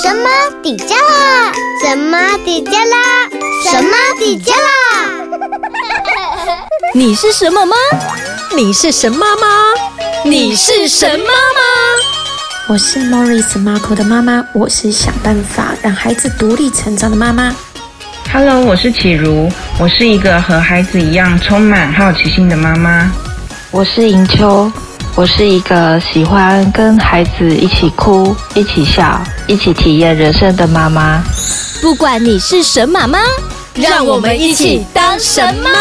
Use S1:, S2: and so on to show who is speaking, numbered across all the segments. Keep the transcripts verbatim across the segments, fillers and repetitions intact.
S1: 什么底加啦？什么底加啦？什么底加啦？
S2: 你是什么吗？你是神妈吗？你是神妈吗？
S3: 我是 Morris Marco 的妈妈，我是想办法让孩子独立成长的妈妈。
S4: Hello， 我是启如，我是一个和孩子一样充满好奇心的妈妈。
S5: 我是银秋，我是一个喜欢跟孩子一起哭、一起笑、一起体验人生的妈妈。
S2: 不管你是神妈妈，让我们一起当神妈。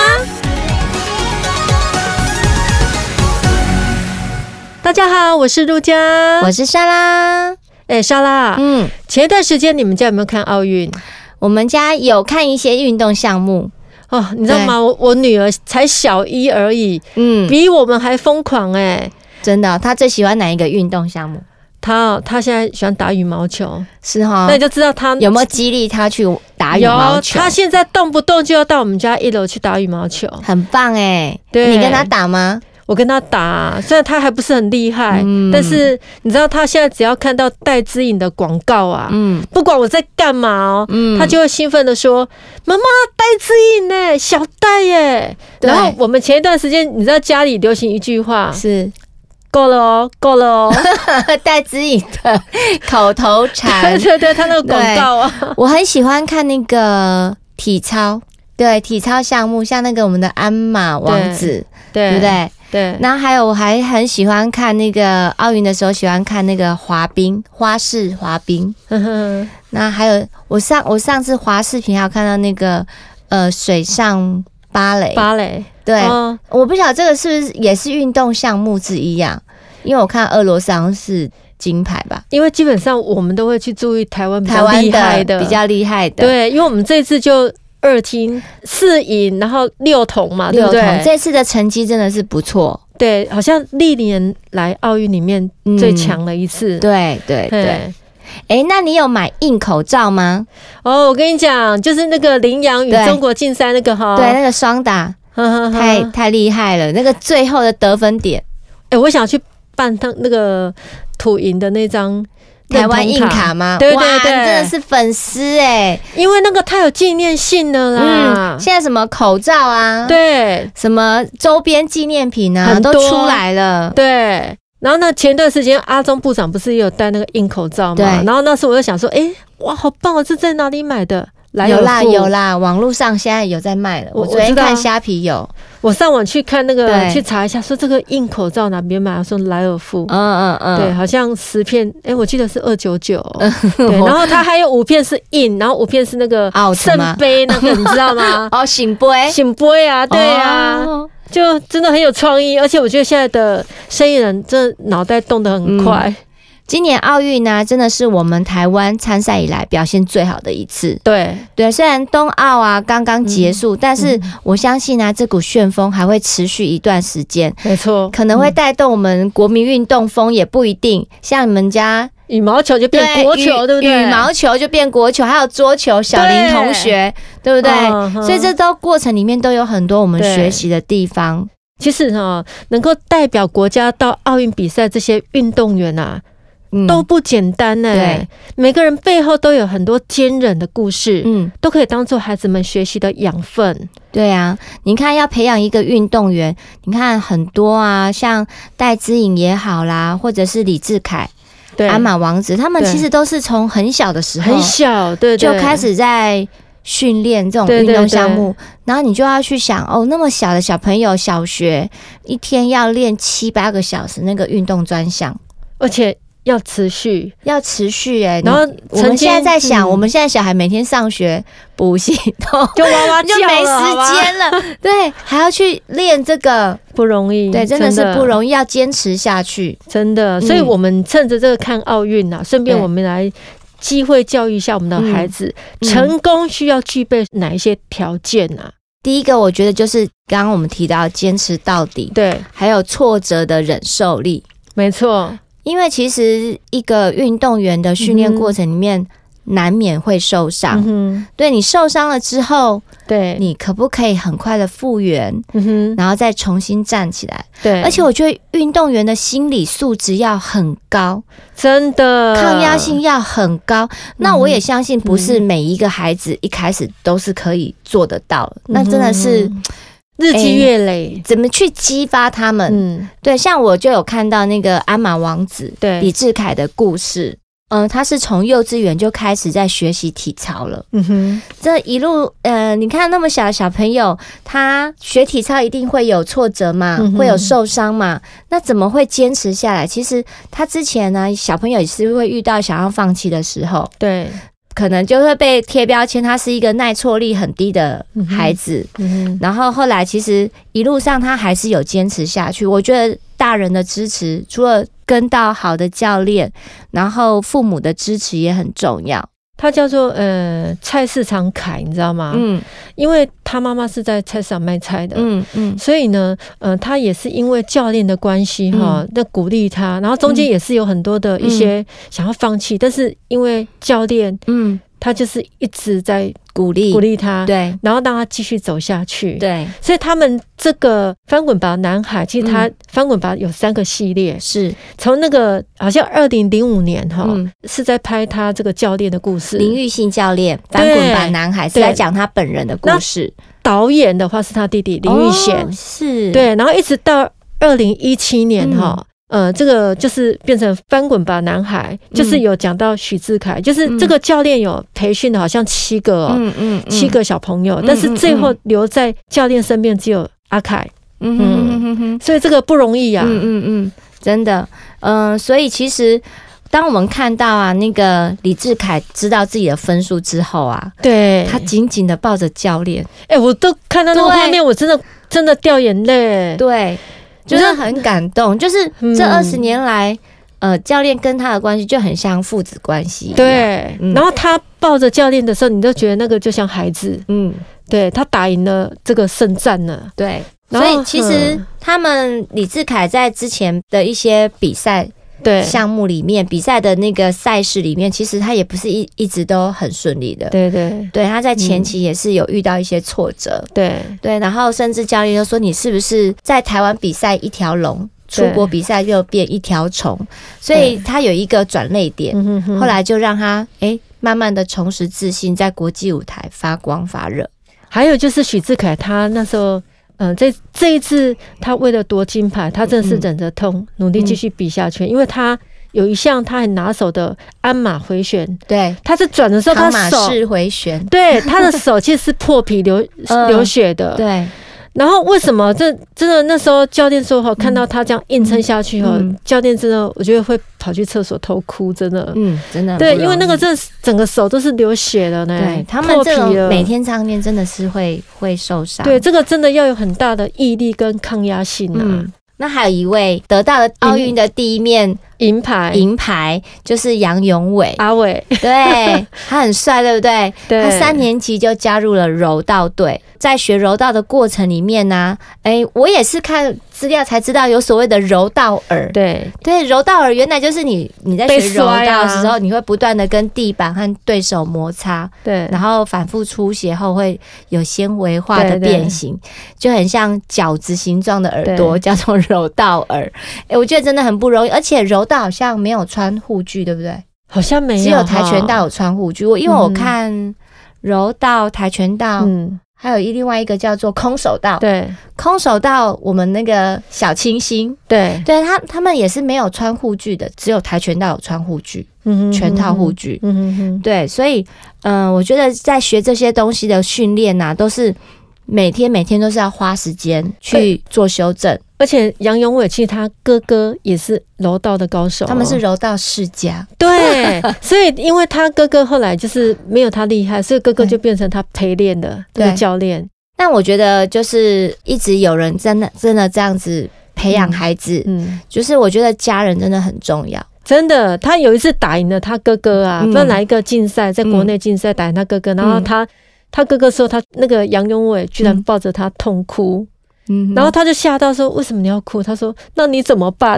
S6: 大家好，我是陆佳，
S7: 我是莎拉。
S6: 哎、欸，莎拉，嗯，前一段时间你们家有没有看奥运？
S7: 我们家有看一些运动项目
S6: 哦，你知道吗？我我女儿才小一而已，嗯，比我们还疯狂哎、欸，
S7: 真的。她最喜欢哪一个运动项目？
S6: 她她现在喜欢打羽毛球，
S7: 是哈。
S6: 那你就知道她
S7: 有没有激励她去打羽毛球？
S6: 有，她现在动不动就要到我们家一楼去打羽毛球，
S7: 很棒哎。
S6: 对，
S7: 你跟她打吗？
S6: 我跟他打，虽然他还不是很厉害，嗯、但是你知道他现在只要看到戴资颖的广告啊，嗯、不管我在干嘛哦，嗯、他就会兴奋的说：“妈妈，戴资颖呢，小戴耶！”然后我们前一段时间，你知道家里流行一句话
S7: 是
S6: “够了哦，够了哦”，
S7: 戴资颖的口头禅。
S6: 对对对，他那个广告啊，
S7: 我很喜欢看那个体操，对体操项目，像那个我们的鞍马王子，对, 对不对？
S6: 对，
S7: 然后还有我还很喜欢看那个奥运的时候，喜欢看那个滑冰，花式滑冰。那还有我上我上次滑视频还有看到那个呃水上芭蕾，
S6: 芭蕾
S7: 对，哦、我不晓得这个是不是也是运动项目之一啊？因为我看俄罗斯好像是金牌吧，
S6: 因为基本上我们都会去注意台湾比较厉害的，
S7: 比较厉害的，
S6: 对，因为我们这次就。二金四银，然后六铜嘛，对不对？
S7: 这次的成绩真的是不错，
S6: 对，好像历年来奥运里面最强的一次。
S7: 嗯、对对对。哎、欸，那你有买硬口罩吗？
S6: 哦，我跟你讲，就是那个羚羊与中国竞赛那个哈，
S7: 对，那个双打，太太厉害了，那个最后的得分点。
S6: 哎、欸，我想去办他那个土银的那张。
S7: 台湾硬卡吗？
S6: 对对对，
S7: 真的是粉丝哎、欸，
S6: 因为那个太有纪念性了啦。
S7: 嗯，现在什么口罩啊，
S6: 对，
S7: 什么周边纪念品啊，都出来了。
S6: 对，然后呢，前段时间阿中部长不是也有戴那个硬口罩嘛？
S7: 对，
S6: 然后那时候我就想说，哎、欸，哇，好棒哦，这在哪里买的？
S7: 有啦有啦，网络上现在有在卖了。我昨天看虾皮有，
S6: 我上网去看那个去查一下，说这个硬口罩哪边买？说莱尔富，嗯嗯嗯，对，好像十片，哎、欸，我记得是二九九，对，然后它还有五片是硬，然后五片是那个圣杯那个，你知道吗？
S7: 哦，醒杯，
S6: 醒杯啊，对啊。哦，就真的很有创意，而且我觉得现在的生意人真的脑袋动得很快。嗯，
S7: 今年奥运呢，真的是我们台湾参赛以来表现最好的一次。
S6: 对
S7: 对，虽然冬奥啊刚刚结束，嗯、但是我相信啊，这股旋风还会持续一段时间。
S6: 没错，
S7: 可能会带动我们国民运动风，也不一定。像你们家
S6: 羽毛球就变国球， 对, 对不对？
S7: 羽毛球就变国球，还有桌球，小林同学， 对, 对不对？嗯、所以这都过程里面都有很多我们学习的地方。
S6: 其实哈，能够代表国家到奥运比赛这些运动员啊。都不简单哎、欸，每个人背后都有很多坚韧的故事，嗯，都可以当做孩子们学习的养分。
S7: 对啊，你看要培养一个运动员，你看很多啊，像戴资颖也好啦，或者是李智凯、鞍马王子，他们其实都是从很小的时候，
S6: 很小，对，
S7: 就开始在训练这种运动项目，对对对，然后你就要去想哦，那么小的小朋友，小学一天要练七八个小时那个运动专项，
S6: 而且。要持续，
S7: 要持续哎、欸，
S6: 然后
S7: 我们现在在想，嗯、我们现在小孩每天上学补习都
S6: 就哇哇叫了，
S7: 就没时间了，对，还要去练这个，
S6: 不容易，
S7: 对，真的是不容易，要坚持下去，
S6: 真的。所以我们趁着这个看奥运啊，顺便我们来机会教育一下我们的孩子，嗯、成功需要具备哪一些条件啊？
S7: 第一个，我觉得就是刚刚我们提到坚持到底，
S6: 对，
S7: 还有挫折的忍受力，
S6: 没错。
S7: 因为其实一个运动员的训练过程里面，嗯、 难免会受伤。嗯、对，你受伤了之后，
S6: 对，
S7: 你可不可以很快的复原，嗯哼，然后再重新站起来？
S6: 对，
S7: 而且我觉得运动员的心理素质要很高，
S6: 真的，
S7: 抗压性要很高。那我也相信，不是每一个孩子一开始都是可以做得到的，嗯、那真的是。
S6: 日积月累、欸，
S7: 怎么去激发他们？嗯，对，像我就有看到那个鞍马王子，对李智凯的故事。嗯，他是从幼稚园就开始在学习体操了。嗯哼，这一路，呃，你看那么小的小朋友，他学体操一定会有挫折嘛，嗯、会有受伤嘛，那怎么会坚持下来？其实他之前呢，小朋友也是会遇到想要放弃的时候。对。可能就会被贴标签，他是一个耐挫力很低的孩子，嗯嗯、然后后来其实一路上他还是有坚持下去。我觉得大人的支持，除了跟到好的教练，然后父母的支持也很重要。
S6: 他叫做呃菜市场凯，你知道吗？嗯，因为他妈妈是在菜市场卖菜的，嗯嗯，所以呢，呃，他也是因为教练的关系哈，那、嗯、鼓励他，然后中间也是有很多的一些想要放弃，嗯、但是因为教练，嗯，他就是一直在
S7: 鼓励
S6: 鼓励他，
S7: 对，
S6: 然后让他继续走下去，
S7: 对，
S6: 所以他们这个翻滚吧男孩，其实他翻滚吧有三个系列，
S7: 是
S6: 从那个好像二零零五年哈、嗯、是在拍他这个教练的故事，
S7: 林育信教练翻滚吧男孩是在讲他本人的故事，
S6: 导演的话是他弟弟林育贤、哦，
S7: 是
S6: 对，然后一直到二零一七年哈。嗯呃，这个就是变成翻滚吧男孩，嗯、就是有讲到许智凯，就是这个教练有培训的好像七个哦，嗯嗯嗯、七个小朋友，嗯、但是最后留在教练身边只有阿凯，嗯嗯嗯嗯，所以这个不容易啊，
S7: 嗯嗯嗯，真的，嗯、呃，所以其实当我们看到啊，那个李智凯知道自己的分数之后啊，
S6: 对，
S7: 他紧紧的抱着教练，
S6: 哎、欸，我都看到那个画面，我真的真的掉眼泪，
S7: 对。就是很感动，就是这二十年来，嗯、呃，教练跟他的关系就很像父子关系。
S6: 对，嗯、然后他抱着教练的时候，你就觉得那个就像孩子。嗯，对他打赢了这个圣战了。
S7: 对，所以其实他们李智凯在之前的一些比赛。对项目里面比赛的那个赛事里面，其实他也不是一一直都很顺利的。
S6: 对对
S7: 对，他在前期也是有遇到一些挫折。嗯、对对，然后甚至教练就说：“你是不是在台湾比赛一条龙，出国比赛就变一条虫？”所以他有一个转捩点，后来就让他哎、欸、慢慢的重拾自信，在国际舞台发光发热。
S6: 还有就是许智凯，他那时候。嗯，这这一次他为了夺金牌，他真的是忍着痛、嗯、努力继续比下去，嗯、因为他有一项他很拿手的鞍马回旋，
S7: 对，
S6: 他是转的时候，他手
S7: 马式回旋，
S6: 对，他的手其实是破皮流、呃、流血的，
S7: 对。
S6: 然后为什么这真的那时候教练说哈，看到他这样硬撑下去哈，嗯、教练真的我觉得会跑去厕所偷哭，真的，
S7: 嗯，真的，
S6: 对，因为那个这整个手都是流血了呢，
S7: 对，他们这种每天上面真的是会会受伤，
S6: 对，这个真的要有很大的毅力跟抗压性啊。嗯，
S7: 那还有一位得到了奥运的第一面
S6: 银牌，
S7: 银牌就是杨永伟，
S6: 阿伟，
S7: 对，他很帅，对不对？
S6: 对，
S7: 他三年级就加入了柔道队，在学柔道的过程里面呢、啊，哎，我也是看资料才知道有所谓的柔道耳，
S6: 对
S7: 对，柔道耳原来就是你你在学柔道的时候，你会不断的跟地板和对手摩擦，
S6: 对，
S7: 然后反复出血后会有纤维化的变形，就很像饺子形状的耳朵，叫做柔道耳。哎，我觉得真的很不容易，而且柔道好像没有穿护具，对不对？
S6: 好像没有，
S7: 只有跆拳道有穿护具。我因为我看柔道、跆拳道，嗯，还有另外一个叫做空手道。对，空手道我们那个小清新，对对，他他们也是没有穿护具的，只有跆拳道有穿护具，嗯，全套护具。嗯哼哼，对，所以嗯、呃，我觉得在学这些东西的训练啊，都是每天每天都是要花时间去做修正。
S6: 而且杨永伟其实他哥哥也是柔道的高手、哦，
S7: 他们是柔道世家。
S6: 对，所以因为他哥哥后来就是没有他厉害，所以哥哥就变成他陪练的这个教练。
S7: 但我觉得就是一直有人真的真的这样子培养孩子，嗯，嗯就是我觉得家人真的很重要。
S6: 真的，他有一次打赢了他哥哥啊，嗯、不知道哪一个竞赛，在国内竞赛打赢他哥哥，嗯、然后他他哥哥说他那个杨永伟居然抱着他痛哭。 嗯，然后他就吓到说：“为什么你要哭？”他说：“那你怎么办？”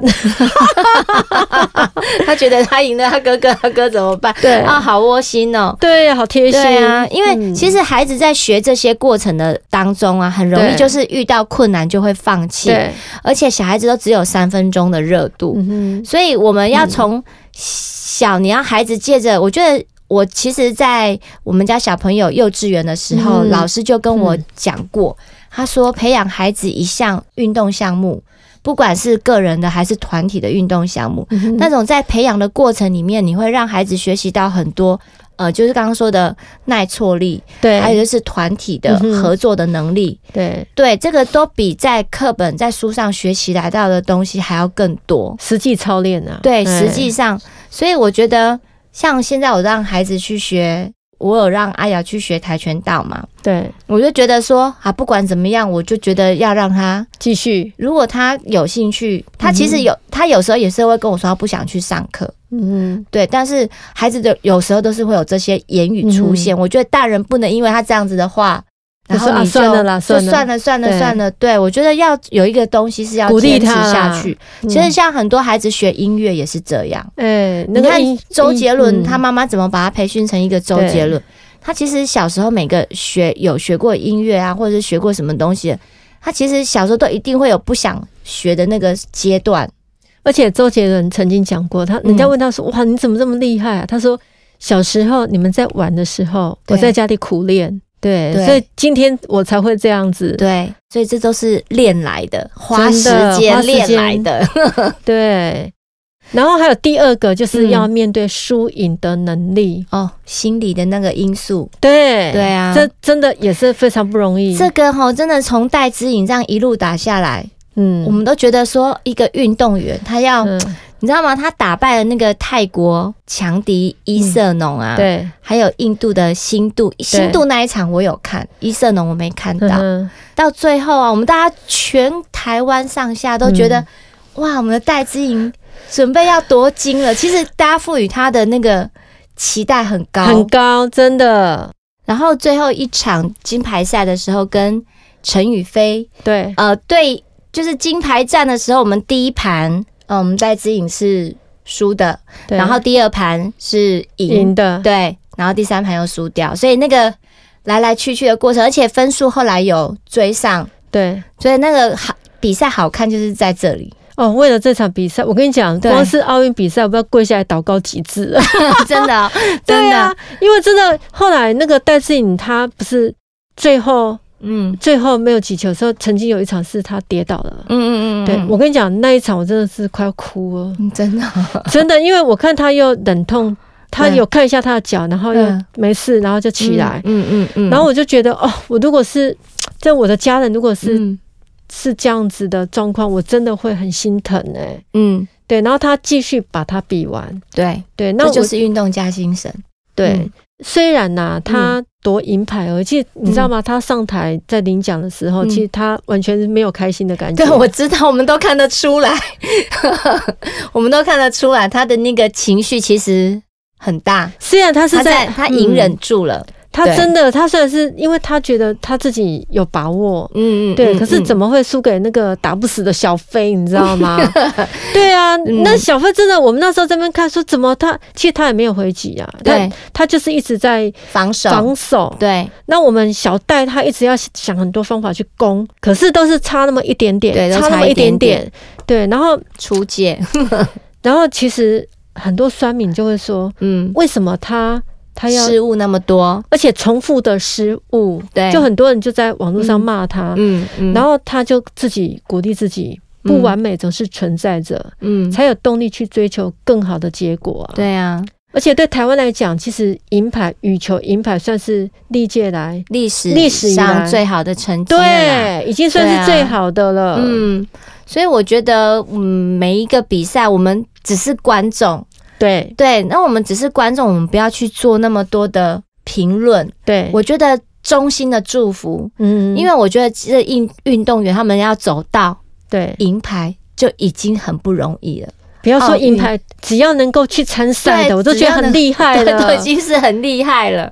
S7: 他觉得他赢了他哥哥，他哥怎么办？对啊，好窝心哦。
S6: 对，好贴心。
S7: 对啊，因为其实孩子在学这些过程的当中啊，很容易就是遇到困难就会放弃。对，而且小孩子都只有三分钟的热度，嗯、所以我们要从小，你让孩子借着，我觉得。我其实在我们家小朋友幼稚园的时候，嗯、老师就跟我讲过，嗯、他说培养孩子一项运动项目，不管是个人的还是团体的运动项目，嗯、那种在培养的过程里面，你会让孩子学习到很多，呃，就是刚刚说的耐挫力，对，还有就是团体的合作的能力，嗯、对对，这个都比在课本在书上学习来到的东西还要更多，
S6: 实际操练啊，
S7: 对，实际上，所以我觉得。像现在我让孩子去学，我有让阿瑶去学跆拳道嘛？对，我就觉得说啊，不管怎么样，我就觉得要让他
S6: 继续。
S7: 如果他有兴趣，他其实有，嗯、他有时候也是会跟我说他不想去上课。嗯，对，但是孩子的有时候都是会有这些言语出现。嗯、我觉得大人不能因为他这样子的话。然后你就
S6: 算了啦，
S7: 算了算了算了算了，对，我觉得要有一个东西是要坚持下去。其实像很多孩子学音乐也是这样，哎，你看周杰伦他妈妈怎么把他培训成一个周杰伦？他其实小时候每个学有学过音乐啊，或者是学过什么东西，他其实小时候都一定会有不想学的那个阶段。
S6: 而且周杰伦曾经讲过，他人家问他说：“哇，你怎么这么厉害啊？”他说：“小时候你们在玩的时候，我在家里苦练。”对，对，所以今天我才会这样子。
S7: 对，所以这都是练来的，花时间练来的。
S6: 对，然后还有第二个就是要面对输赢的能力、
S7: 嗯、哦，心理的那个因素。
S6: 对，对
S7: 啊，
S6: 这真的也是非常不容易。
S7: 这个齁，真的从戴资颖这样一路打下来，嗯，我们都觉得说一个运动员他要。嗯你知道吗？他打败了那个泰国强敌伊瑟农啊，嗯、对，还有印度的新度，新度那一场我有看，伊瑟农我没看到。嗯、到最后啊，我们大家全台湾上下都觉得，嗯、哇，我们的戴资颖准备要夺金了。其实大家赋予他的那个期待很高，
S6: 很高，真的。
S7: 然后最后一场金牌赛的时候，跟陈宇飞，对，呃，对，就是金牌战的时候，我们第一盘。嗯，我们戴资颖是输的，然后第二盘是赢的，对，然后第三盘又输掉，所以那个来来去去的过程，而且分数后来有追上，对，所以那个好比赛好看就是在这里。
S6: 哦，为了这场比赛，我跟你讲，光是奥运比赛，我不知道跪下来祷告几次了，
S7: 真的、哦，真的，
S6: 对啊，因为真的后来那个戴资颖他不是最后。嗯，最后没有击球的时候，曾经有一场是他跌倒了。嗯嗯嗯，对我跟你讲，那一场我真的是快要哭了，
S7: 嗯、真的
S6: 真的，因为我看他又忍痛，他有看一下他的脚，然后又没事，然后就起来。嗯嗯嗯，然后我就觉得，哦，我如果是在我的家人，如果是、嗯、是这样子的状况，我真的会很心疼哎、欸。嗯，对，然后他继续把它比完。
S7: 对对，那这就是运动加精神。
S6: 对。嗯虽然呐、啊，他夺银牌而已，其实你知道吗？他上台在领奖的时候，嗯、其实他完全是没有开心的感觉。
S7: 对，我知道，我们都看得出来，我们都看得出来，他的那个情绪其实很大。
S6: 虽然他是在，
S7: 他隐忍住了。嗯
S6: 他真的，他虽然是因为他觉得他自己有把握，嗯嗯，对，嗯、可是怎么会输给那个打不死的小飞，你知道吗？对啊，嗯、那小飞真的，我们那时候在那边看，说怎么他其实他也没有回击啊，对，他就是一直在
S7: 防守
S6: 防守，
S7: 对。
S6: 那我们小戴他一直要想很多方法去攻，可是都是差那么一点点，
S7: 对，
S6: 差那么一点点，对，然后
S7: 出界，
S6: 然后其实很多酸民就会说，嗯，为什么他？他要
S7: 失误那么多，
S6: 而且重复的失误，对，就很多人就在网络上骂他，嗯嗯，然后他就自己鼓励自己，不完美总是存在着，嗯，才有动力去追求更好的结果啊。
S7: 对啊，
S6: 而且对台湾来讲，其实银牌羽球银牌算是历届来
S7: 历史历史上最好的成绩了，
S6: 对，已经算是最好的了。啊、
S7: 嗯，所以我觉得，嗯，每一个比赛我们只是观众。
S6: 对
S7: 对，那我们只是观众，我们不要去做那么多的评论。对，我觉得衷心的祝福，嗯，因为我觉得这运运动员他们要走到对银牌就已经很不容易了。
S6: 不要说银牌，只要能够去参赛的，我都觉得很厉害了，
S7: 都已经是很厉害了。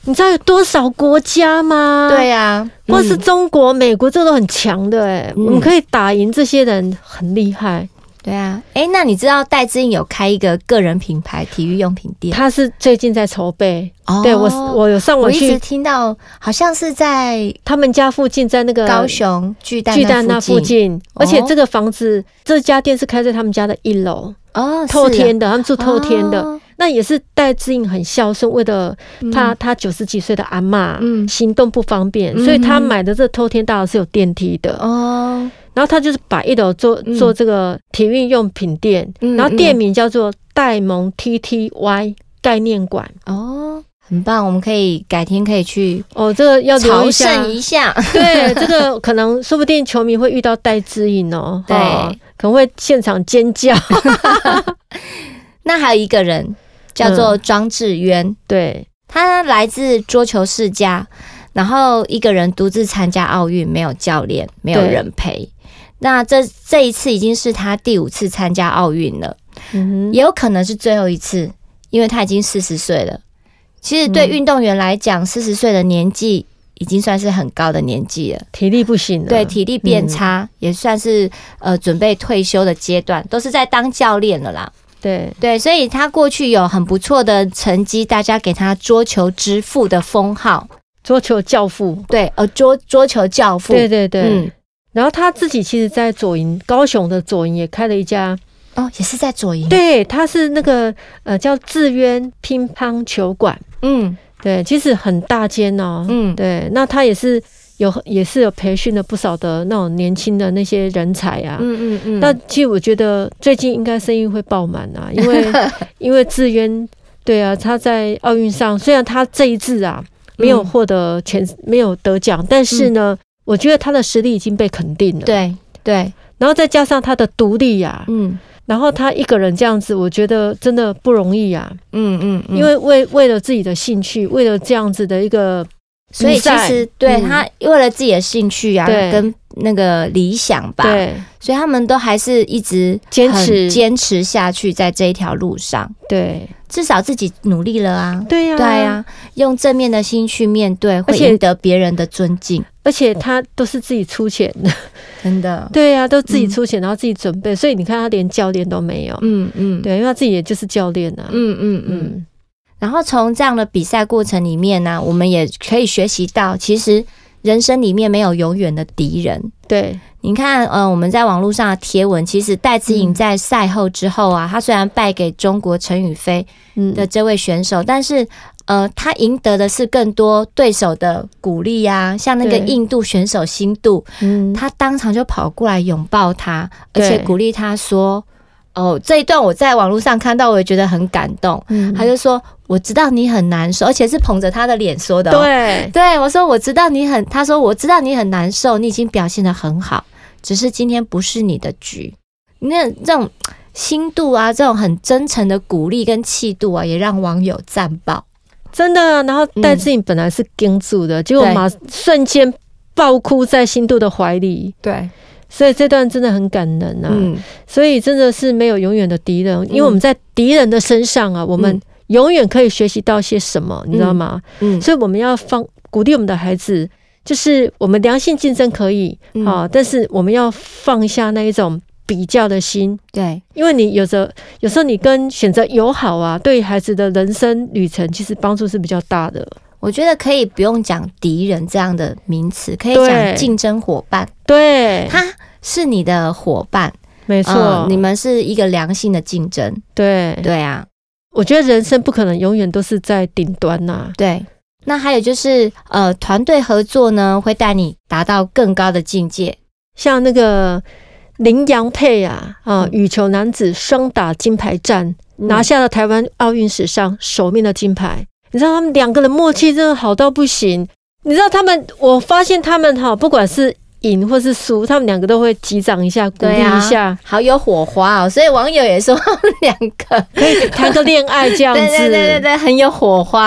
S6: 你知道有多少国家吗？
S7: 对啊，
S6: 光是中国、嗯、美国这都很强的哎、欸嗯，我们可以打赢这些人，很厉害。
S7: 对啊，哎、欸，那你知道戴资颖有开一个个人品牌体育用品店？
S6: 他是最近在筹备。哦，对我我有上网去，
S7: 我一直听到好像是在
S6: 他们家附近，在那个
S7: 高雄巨蛋
S6: 巨蛋那附近，而且这个房子、哦、这家店是开在他们家的一楼哦，透天的，他们住透天的。哦，那也是戴资颖很孝顺，为了怕他九十几岁的阿嬷、嗯、行动不方便、嗯，所以他买的这透天大楼是有电梯的哦。然后他就是把一楼做做这个体育用品店，嗯、然后店名叫做戴蒙 T T Y 概念馆
S7: 哦，很棒，我们可以改天可以去
S6: 哦，这个要
S7: 朝圣一下。
S6: 对，这个可能说不定球迷会遇到戴资颖哦，对、哦，可能会现场尖叫。
S7: 那还有一个人叫做庄智渊、嗯，对，他来自桌球世家，然后一个人独自参加奥运，没有教练，没有人陪。那这这一次已经是他第五次参加奥运了、嗯，也有可能是最后一次，因为他已经四十岁了。其实对运动员来讲，四十岁的年纪已经算是很高的年纪了，
S6: 体力不行了，
S7: 对，体力变差，嗯、也算是呃准备退休的阶段，都是在当教练了啦。
S6: 对
S7: 对，所以他过去有很不错的成绩，大家给他桌球之父的封号，
S6: 桌球教父。
S7: 对，呃，桌桌球教父。
S6: 对对对。嗯，然后他自己其实，在左营高雄的左营也开了一家。
S7: 哦，也是在左营。
S6: 对，他是那个呃叫智渊乒乓球馆。嗯，对，其实很大间哦。嗯，对，那他也是有也是有培训了不少的那种年轻的那些人才啊。嗯嗯嗯。那其实我觉得最近应该生意会爆满啊，因为因为智渊，对啊，他在奥运上虽然他这一次啊没有获得前、嗯、没有得奖，但是呢、嗯，我觉得他的实力已经被肯定了。
S7: 对对，
S6: 然后再加上他的独立啊，嗯。然后他一个人这样子，我觉得真的不容易啊。嗯嗯, 嗯，因为为为了自己的兴趣，为了这样子的一个
S7: 所以其实对、嗯、他为了自己的兴趣啊，跟那个理想吧，对，所以他们都还是一直
S6: 坚持
S7: 坚持下去，在这一条路上。
S6: 对，
S7: 至少自己努力了啊。
S6: 对呀、啊，
S7: 对呀、啊，用正面的心去面对，会赢得别人的尊敬。
S6: 而且他都是自己出钱的，
S7: 真的。
S6: 对呀、啊，都自己出钱、嗯，然后自己准备，所以你看他连教练都没有。嗯嗯，对，因为他自己也就是教练啊。嗯嗯嗯。
S7: 然后从这样的比赛过程里面呢、啊，我们也可以学习到，其实人生里面没有永远的敌人。
S6: 对，
S7: 你看，呃，我们在网络上的贴文，其实戴资颖在赛后之后啊，他、嗯、虽然败给中国陈雨菲的这位选手，嗯、但是呃，他赢得的是更多对手的鼓励啊，像那个印度选手辛杜，他当场就跑过来拥抱他，而且鼓励他说。哦，这一段我在网络上看到，我也觉得很感动。嗯、他就说：“我知道你很难受，而且是捧着他的脸说的、哦。”
S6: 对，
S7: 对我说：“我知道你很。”他说：“我知道你很难受，你已经表现得很好，只是今天不是你的局。”那这种心度啊，这种很真诚的鼓励跟气度啊，也让网友赞爆。
S6: 真的啊！然后戴资颖本来是盯住的、嗯，结果马瞬间爆哭在心度的怀里。
S7: 对。
S6: 所以这段真的很感人啊、嗯！所以真的是没有永远的敌人、嗯，因为我们在敌人的身上啊，我们永远可以学习到些什么，嗯、你知道吗？嗯，所以我们要放鼓励我们的孩子，就是我们良性竞争可以、嗯啊、但是我们要放下那一种比较的心。
S7: 对，
S6: 因为你有时候有时候你跟选择友好啊，对孩子的人生旅程其实帮助是比较大的。
S7: 我觉得可以不用讲敌人这样的名词，可以讲竞争伙伴。
S6: 对，
S7: 他是你的伙伴，
S6: 没错、
S7: 呃，你们是一个良性的竞争。
S6: 对，
S7: 对啊，
S6: 我觉得人生不可能永远都是在顶端呐、啊。
S7: 对，那还有就是呃，团队合作呢，会带你达到更高的境界。
S6: 像那个林洋配啊，啊、呃，羽球男子双打金牌战、嗯，拿下了台湾奥运史上首面的金牌。你知道他们两个人默契真的好到不行。你知道他们，我发现他们哈，不管是赢或是输，他们两个都会击掌一下，鼓励一下、啊，
S7: 好有火花哦。所以网友也说他们两个
S6: 可以谈个恋爱这样子，
S7: 对对对对对，很有火花。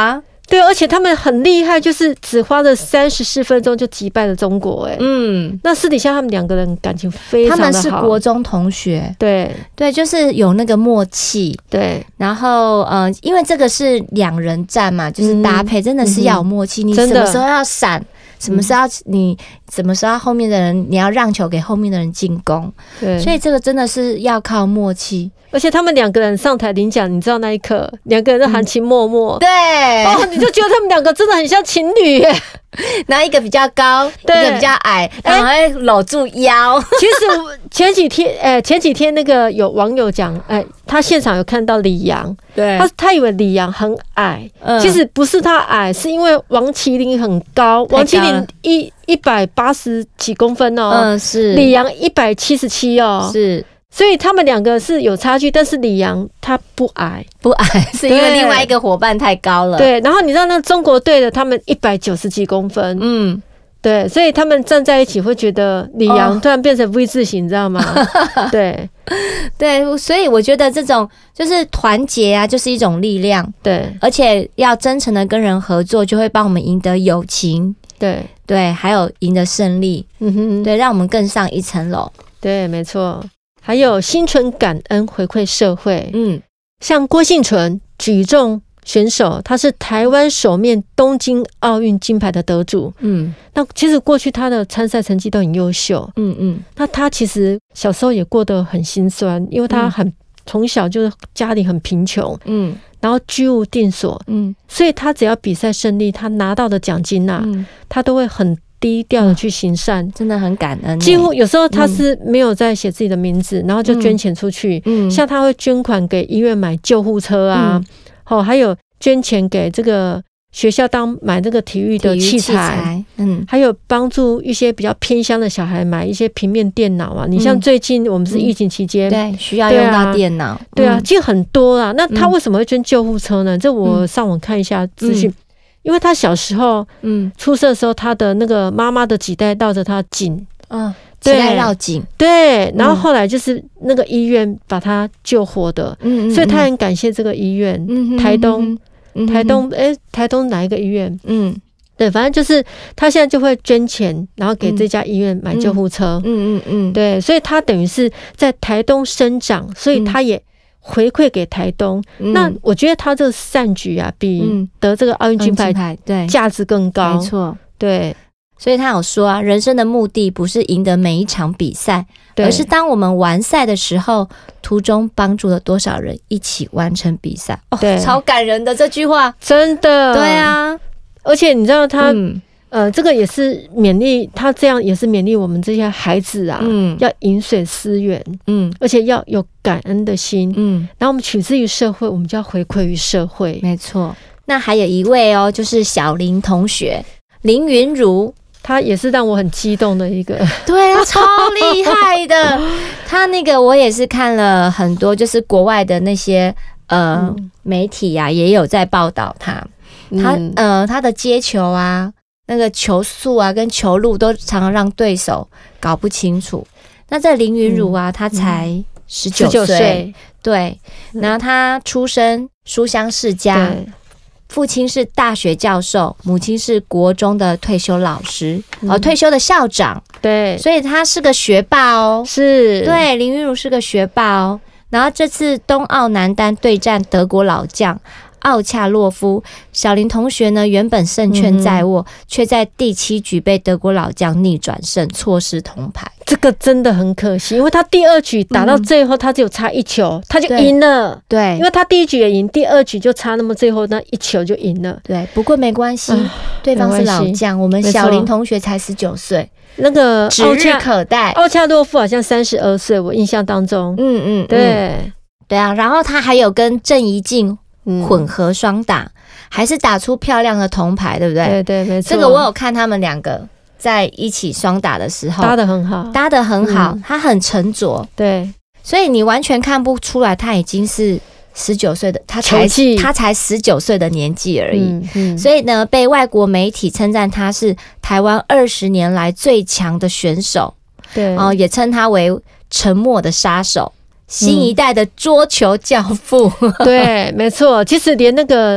S6: 对，而且他们很厉害，就是只花了三十四分钟就击败了中国、欸。哎，嗯，那私底下他们两个人感情非常的好，
S7: 他们是国中同学，
S6: 对
S7: 对，就是有那个默契，
S6: 对。
S7: 然后呃，因为这个是两人战嘛，就是搭配，嗯、真的是要有默契，嗯、你什么时候要闪。什么时候你什么时候后面的人你要让球给后面的人进攻，对，所以这个真的是要靠默契。
S6: 而且他们两个人上台领奖，你知道那一刻两个人都含情脉脉，
S7: 对，
S6: 哦，你就觉得他们两个真的很像情侣耶。
S7: 然后一个比较高，一个比较矮，然后会搂住腰。
S6: 其实前几天，哎、欸，前几天那个有网友讲，哎、欸，他现场有看到李洋，对，他他以为李洋很矮，嗯，其实不是他矮，是因为王麒麟很高，王麒麟一一百八十几公分哦，嗯，是，李洋一百七十七哦，是。所以他们两个是有差距，但是李洋他不矮，
S7: 不矮是因为另外一个伙伴太高了。
S6: 对，然后你知道那中国队的他们一百九十几公分，嗯，对，所以他们站在一起会觉得李洋突然变成 V 字形，你知道吗？对，
S7: 对，所以我觉得这种就是团结啊，就是一种力量。对，而且要真诚的跟人合作，就会帮我们赢得友情。对对，还有赢得胜利。嗯哼，对，让我们更上一层楼。
S6: 对，没错。还有心存感恩回馈社会，嗯，像郭婞淳举重选手，他是台湾首面东京奥运金牌的得主，嗯，那其实过去他的参赛成绩都很优秀，嗯嗯，那他其实小时候也过得很心酸，因为他很从小就是家里很贫穷，嗯，然后居无定所，嗯，所以他只要比赛胜利，他拿到的奖金啊，嗯、他都会很低调的去行善，嗯、
S7: 真的很感恩。
S6: 几乎有时候他是没有在写自己的名字，嗯、然后就捐钱出去。嗯，像他会捐款给医院买救护车啊，嗯、哦，还有捐钱给这个学校当买这个体育的器材，器材嗯，还有帮助一些比较偏乡的小孩买一些平面电脑啊。你像最近我们是疫情期间，
S7: 嗯、对，需要用到电脑，
S6: 对啊，其实很多啦。那他为什么会捐救护车呢？这我上网看一下资讯。嗯因为他小时候，嗯，出生的时候，他的那个妈妈的脐带绕着他颈，
S7: 嗯，脐带绕颈，
S6: 对，然后后来就是那个医院把他救活的，嗯，所以他很感谢这个医院，嗯，台东，台东，哎，台东哪一个医院？嗯，对，反正就是他现在就会捐钱，然后给这家医院买救护车，嗯嗯嗯，对，所以他等于是在台东生长，所以他也回馈给台东，嗯、那我觉得他这个善举啊，比得这个奥运金牌对价值更高，
S7: 没错，
S6: 对。
S7: 所以他有说啊，人生的目的不是赢得每一场比赛，而是当我们完赛的时候，途中帮助了多少人一起完成比赛。哦，对，超感人的这句话，
S6: 真的，
S7: 对啊。
S6: 而且你知道他。嗯呃，这个也是勉励他，这样也是勉励我们这些孩子啊，嗯，要饮水思源，嗯，而且要有感恩的心，嗯，然后我们取之于社会，我们就要回馈于社会，
S7: 没错。那还有一位哦，就是小林同学林云如，
S6: 他也是让我很激动的一个，
S7: 对啊，超厉害的。他那个我也是看了很多，就是国外的那些呃、嗯、媒体啊，也有在报道他，他、嗯、呃他的接球啊。那个球速啊，跟球路都常常让对手搞不清楚。那这林云如啊，她、嗯、才十九岁，对。然后她出身书香世家，父亲是大学教授，母亲是国中的退休老师，嗯、哦，退休的校长，
S6: 对。
S7: 所以她是个学霸哦，
S6: 是，
S7: 对，林云如是个学霸哦。然后这次冬奥男单对战德国老将奥恰洛夫，小林同学呢原本胜券在握，却、嗯、在第七局被德国老将逆转胜，错失铜牌。
S6: 这个真的很可惜，因为他第二局打到最后，他只有差一球，嗯、他就赢了。
S7: 对，
S6: 因为他第一局也赢，第二局就差那么最后那一球就赢了。
S7: 对，不过没关系，嗯、对方是老将，我们小林同学才十九岁。
S6: 那个
S7: 指日可待。
S6: 奥恰洛夫好像三十二岁，我印象当中。嗯嗯，对
S7: 嗯对啊，然后他还有跟郑怡静混合双打、嗯，还是打出漂亮的铜牌，对不对？
S6: 对对，没错。
S7: 这个我有看他们两个在一起双打的时候，
S6: 搭得很好，
S7: 搭得很好，嗯、他很沉着，
S6: 对，
S7: 所以你完全看不出来他已经是十九岁的，他才他才十九岁的年纪而已。嗯嗯、所以呢，被外国媒体称赞他是台湾二十年来最强的选手，对，哦，也称他为沉默的杀手。新一代的桌球教父、
S6: 嗯，对，没错。其实连那个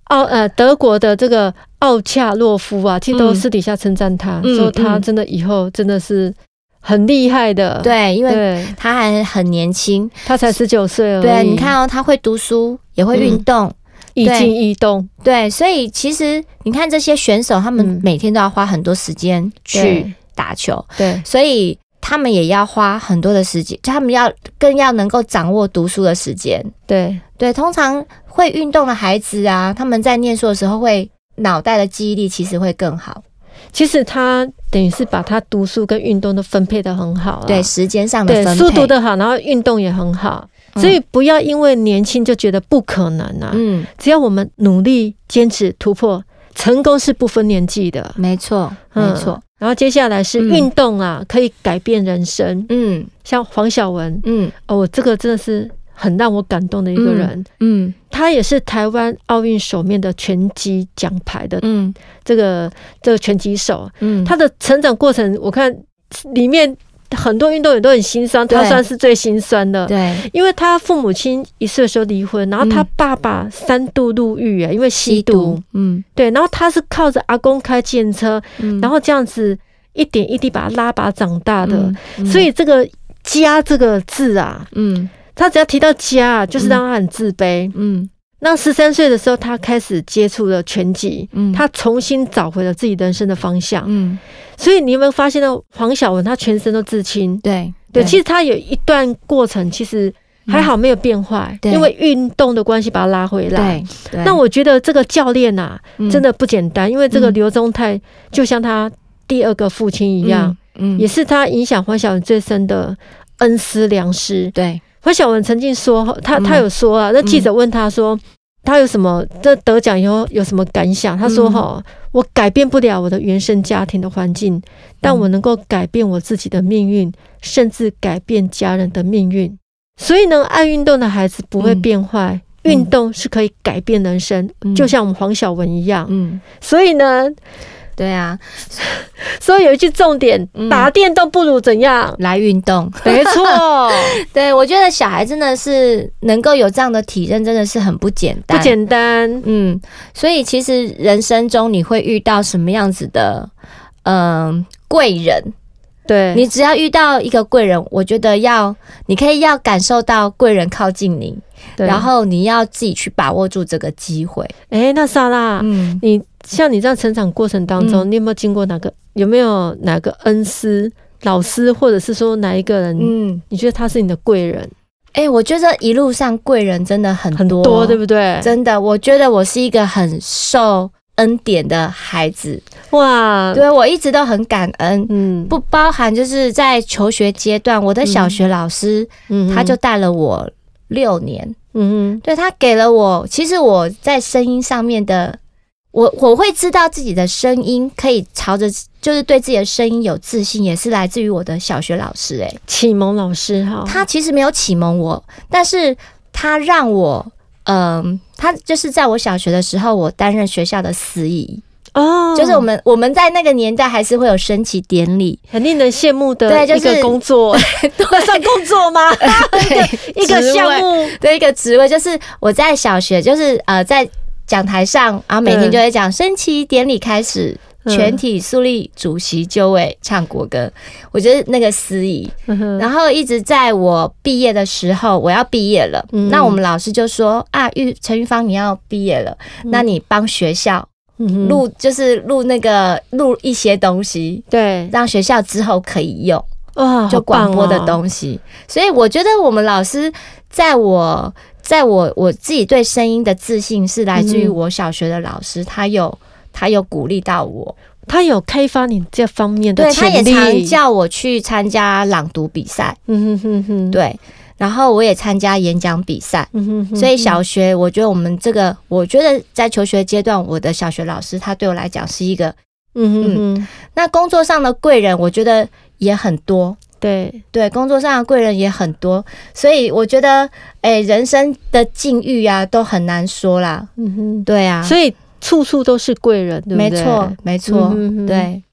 S6: 奥呃德国的这个奥恰洛夫啊，其实都私底下称赞他，嗯、说他真的以后真的是很厉害的。
S7: 对，因为他还很年轻，
S6: 他才十九岁而已。
S7: 对，你看哦，他会读书，也会运动。嗯
S6: 易静易动，
S7: 对，所以其实你看这些选手，他们每天都要花很多时间去打球，
S6: 对，
S7: 所以他们也要花很多的时间，他们要更要能够掌握读书的时间，
S6: 对
S7: 对。通常会运动的孩子啊，他们在念书的时候会脑袋的记忆力其实会更好。
S6: 其实他等于是把他读书跟运动都分配得很好，
S7: 对，时间上的分配，
S6: 对，书读得好，然后运动也很好。所以不要因为年轻就觉得不可能啊！嗯，只要我们努力、坚持、突破，成功是不分年纪的。
S7: 没错，没错、嗯。
S6: 然后接下来是运动啊，嗯、可以改变人生。嗯，像黄晓雯，嗯，哦，这个真的是很让我感动的一个人。嗯，嗯他也是台湾奥运首面的拳击奖牌的，嗯，这个这个拳击手，嗯，他的成长过程，我看里面。很多运动员都很心酸，他算是最心酸的。
S7: 对，
S6: 因为他父母亲一岁的时候离婚，然后他爸爸三度入狱啊，因为吸毒。嗯，对，然后他是靠着阿公开计程车，嗯、然后这样子一点一滴把他拉拔长大的。嗯嗯、所以这个“家”这个字啊，嗯，他只要提到家，就是让他很自卑。嗯。那十三岁的时候，他开始接触了拳击，嗯，他重新找回了自己人生的方向，嗯，所以你有没有发现到黄晓雯她全身都刺青？
S7: 对
S6: 对, 对，其实她有一段过程，其实还好没有变坏，嗯、因为运动的关系把她拉回来。对，对那我觉得这个教练啊，嗯、真的不简单，因为这个刘宗泰就像他第二个父亲一样，嗯，嗯也是他影响黄晓雯最深的恩师良师。
S7: 对。
S6: 黄晓雯曾经说，他他有说啊，那记者问他说，他有什么这得奖以后有什么感想？他说哈，我改变不了我的原生家庭的环境，但我能够改变我自己的命运，甚至改变家人的命运。所以呢，爱运动的孩子不会变坏，运动是可以改变人生，就像我们黄晓雯一样。嗯，所以呢。
S7: 对啊，
S6: 所以有一句重点，嗯、打电动不如怎样
S7: 来运动？
S6: 没错，
S7: 对我觉得小孩真的是能够有这样的体认，真的是很不简单，
S6: 不简单。
S7: 嗯，所以其实人生中你会遇到什么样子的，嗯、呃，贵人？
S6: 对，
S7: 你只要遇到一个贵人，我觉得要你可以要感受到贵人靠近你，然后你要自己去把握住这个机会。
S6: 哎、欸，那莎拉，嗯，你像你这样成长过程当中，嗯、你有没有经过哪个有没有哪个恩师、老师，或者是说哪一个人，嗯，你觉得他是你的贵人？
S7: 哎、欸，我觉得一路上贵人真的很多，
S6: 很多，对不对？
S7: 真的，我觉得我是一个很受恩典的孩子。
S6: 哇，
S7: 对我一直都很感恩，嗯，不包含就是在求学阶段，我的小学老师，嗯，他就带了我六年，嗯，对他给了我，其实我在声音上面的，我我会知道自己的声音可以朝着，就是对自己的声音有自信，也是来自于我的小学老师、欸，哎，
S6: 启蒙老师哈，
S7: 他其实没有启蒙我，但是他让我，嗯、呃，他就是在我小学的时候，我担任学校的司仪。哦，就是我们我们在那个年代还是会有升旗典礼，
S6: 很令人羡慕的一个工作，对，就是、那算工作吗？一个项目，
S7: 对，一个职位，就是我在小学，就是呃在讲台上，然后每天就会讲升旗典礼开始，全体肃立，主席就位，唱国歌。我觉得那个司仪，嗯、然后一直在我毕业的时候，我要毕业了，嗯、那我们老师就说啊，玉陈玉芳你要毕业了，嗯、那你帮学校。录就是录那个录一些东西，
S6: 对，
S7: 让学校之后可以用，
S6: 哇，
S7: 就广播的东西。哦、所以我觉得我们老师在我在我我自己对声音的自信是来自于我小学的老师，嗯、他有他有鼓励到我，
S6: 他有开发你这方面的潜力，
S7: 对，他也常叫我去参加朗读比赛，嗯哼哼哼，对。然后我也参加演讲比赛，嗯、哼哼所以小学我觉得我们这个，我觉得在求学阶段，我的小学老师他对我来讲是一个，嗯哼哼嗯，那工作上的贵人我觉得也很多，
S6: 对
S7: 对，工作上的贵人也很多，所以我觉得，哎，人生的境遇啊都很难说啦，嗯哼，对啊，
S6: 所以处处都是贵人，对不对？
S7: 没错，没错，嗯、对。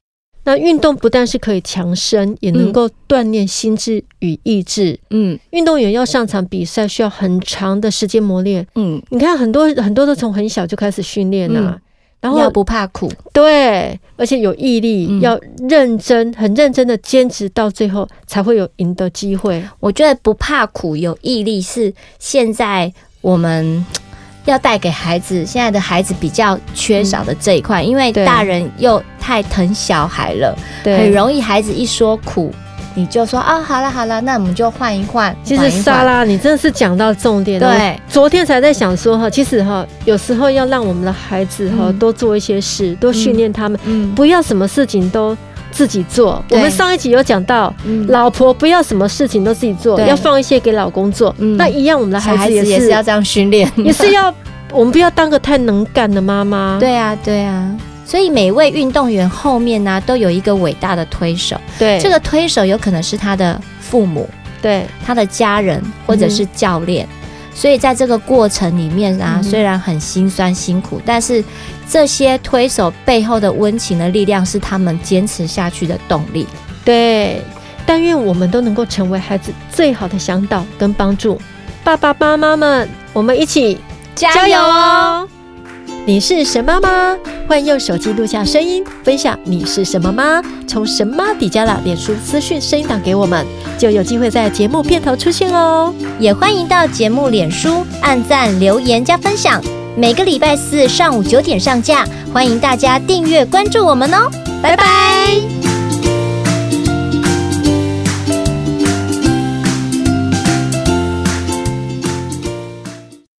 S6: 那运动不但是可以强身，也能够锻炼心智与意志。嗯，运动员要上场比赛需要很长的时间磨练。嗯，你看很多很多都从很小就开始训练啊。嗯，
S7: 然后要不怕苦，
S6: 对，而且有毅力，嗯、要认真，很认真的坚持到最后，才会有赢得机会。
S7: 我觉得不怕苦、有毅力是现在我们要带给孩子，现在的孩子比较缺少的这一块，嗯、因为大人又太疼小孩了，很容易孩子一说苦。你就说啊，好了好了，那我们就换一换。
S6: 其实莎拉，你真的是讲到重点了。对，昨天才在想说哈，其实哈，有时候要让我们的孩子哈、嗯、多做一些事，多训练他们、嗯，不要什么事情都自己做。我们上一集有讲到，嗯、老婆不要什么事情都自己做，要放一些给老公做。嗯、那一样，我们的孩子也 是,
S7: 也是要这样训练，
S6: 也是要我们不要当个太能干的妈妈。
S7: 对啊，对啊。所以每位运动员后面呢、啊，都有一个伟大的推手。对，这个推手有可能是他的父母，对，他的家人或者是教练。嗯、所以在这个过程里面啊，嗯、虽然很辛酸辛苦，但是这些推手背后的温情的力量是他们坚持下去的动力。
S6: 对，但愿我们都能够成为孩子最好的向导跟帮助。爸爸妈妈们，我们一起加油哦！你是神妈吗？欢迎用手机录下声音，分享你是什么妈，从神妈底加拉脸书私讯声音档给我们，就有机会在节目片头出现哦。
S7: 也欢迎到节目脸书按赞、留言加分享，每个礼拜四上午九点上架，欢迎大家订阅关注我们哦。拜拜。